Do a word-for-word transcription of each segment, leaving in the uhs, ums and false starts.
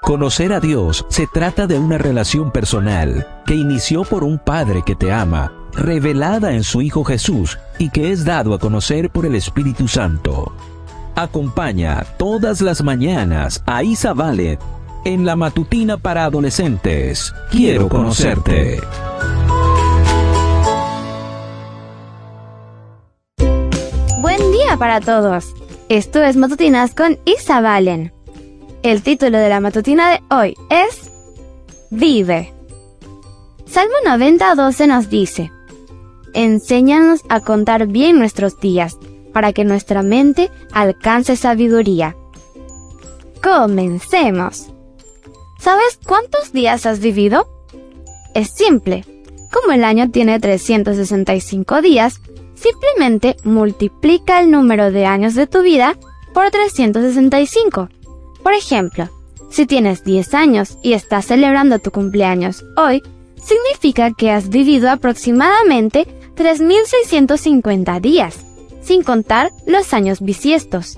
Conocer a Dios se trata de una relación personal que inició por un Padre que te ama, revelada en su Hijo Jesús y que es dado a conocer por el Espíritu Santo. Acompaña todas las mañanas a Isa Valen en la matutina para adolescentes. Quiero conocerte. Buen día para todos. Esto es Matutinas con Isa Valen. El título de la matutina de hoy es Vive. Salmo noventa, doce nos dice: enséñanos a contar bien nuestros días, para que nuestra mente alcance sabiduría. Comencemos. ¿Sabes cuántos días has vivido? Es simple. Como el año tiene trescientos sesenta y cinco días, simplemente multiplica el número de años de tu vida por trescientos sesenta y cinco. Por ejemplo, si tienes diez años y estás celebrando tu cumpleaños hoy, significa que has vivido aproximadamente tres mil seiscientos cincuenta días, sin contar los años bisiestos.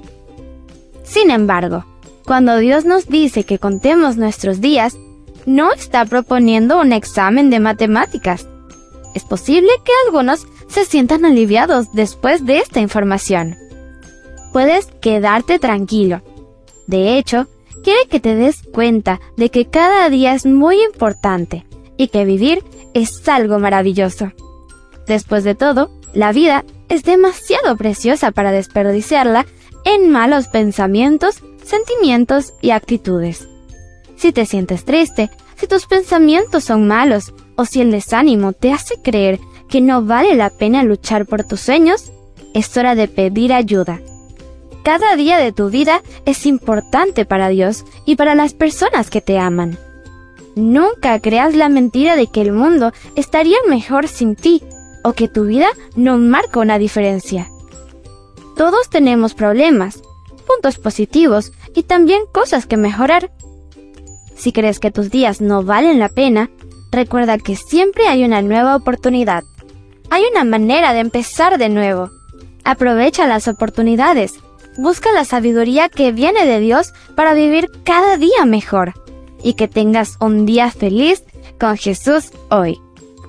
Sin embargo, cuando Dios nos dice que contemos nuestros días, no está proponiendo un examen de matemáticas. Es posible que algunos se sientan aliviados después de esta información. Puedes quedarte tranquilo. De hecho, quiere que te des cuenta de que cada día es muy importante y que vivir es algo maravilloso. Después de todo, la vida es demasiado preciosa para desperdiciarla en malos pensamientos, sentimientos y actitudes. Si te sientes triste, si tus pensamientos son malos o si el desánimo te hace creer que no vale la pena luchar por tus sueños, es hora de pedir ayuda. Cada día de tu vida es importante para Dios y para las personas que te aman. Nunca creas la mentira de que el mundo estaría mejor sin ti o que tu vida no marca una diferencia. Todos tenemos problemas, puntos positivos y también cosas que mejorar. Si crees que tus días no valen la pena, recuerda que siempre hay una nueva oportunidad. Hay una manera de empezar de nuevo. Aprovecha las oportunidades. Busca la sabiduría que viene de Dios para vivir cada día mejor. Y que tengas un día feliz con Jesús hoy.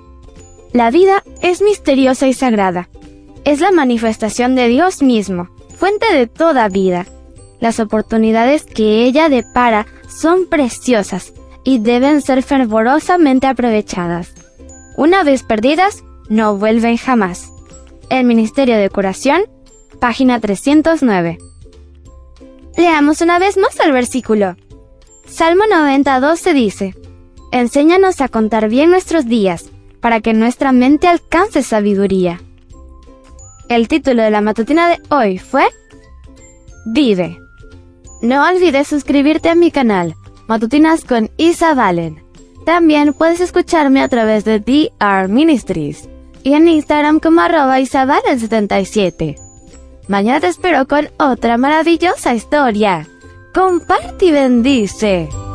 La vida es misteriosa y sagrada. Es la manifestación de Dios mismo, fuente de toda vida. Las oportunidades que ella depara son preciosas y deben ser fervorosamente aprovechadas. Una vez perdidas, no vuelven jamás. El Ministerio de Curación, página trescientos nueve. Leamos una vez más el versículo. Salmo noventa, doce dice: enséñanos a contar bien nuestros días, para que nuestra mente alcance sabiduría. El título de la matutina de hoy fue Vive. No olvides suscribirte a mi canal, Matutinas con Isa Valen. También puedes escucharme a través de D R Ministries y en Instagram como arroba isavalen setenta y siete. Mañana te espero con otra maravillosa historia. Comparte y bendice.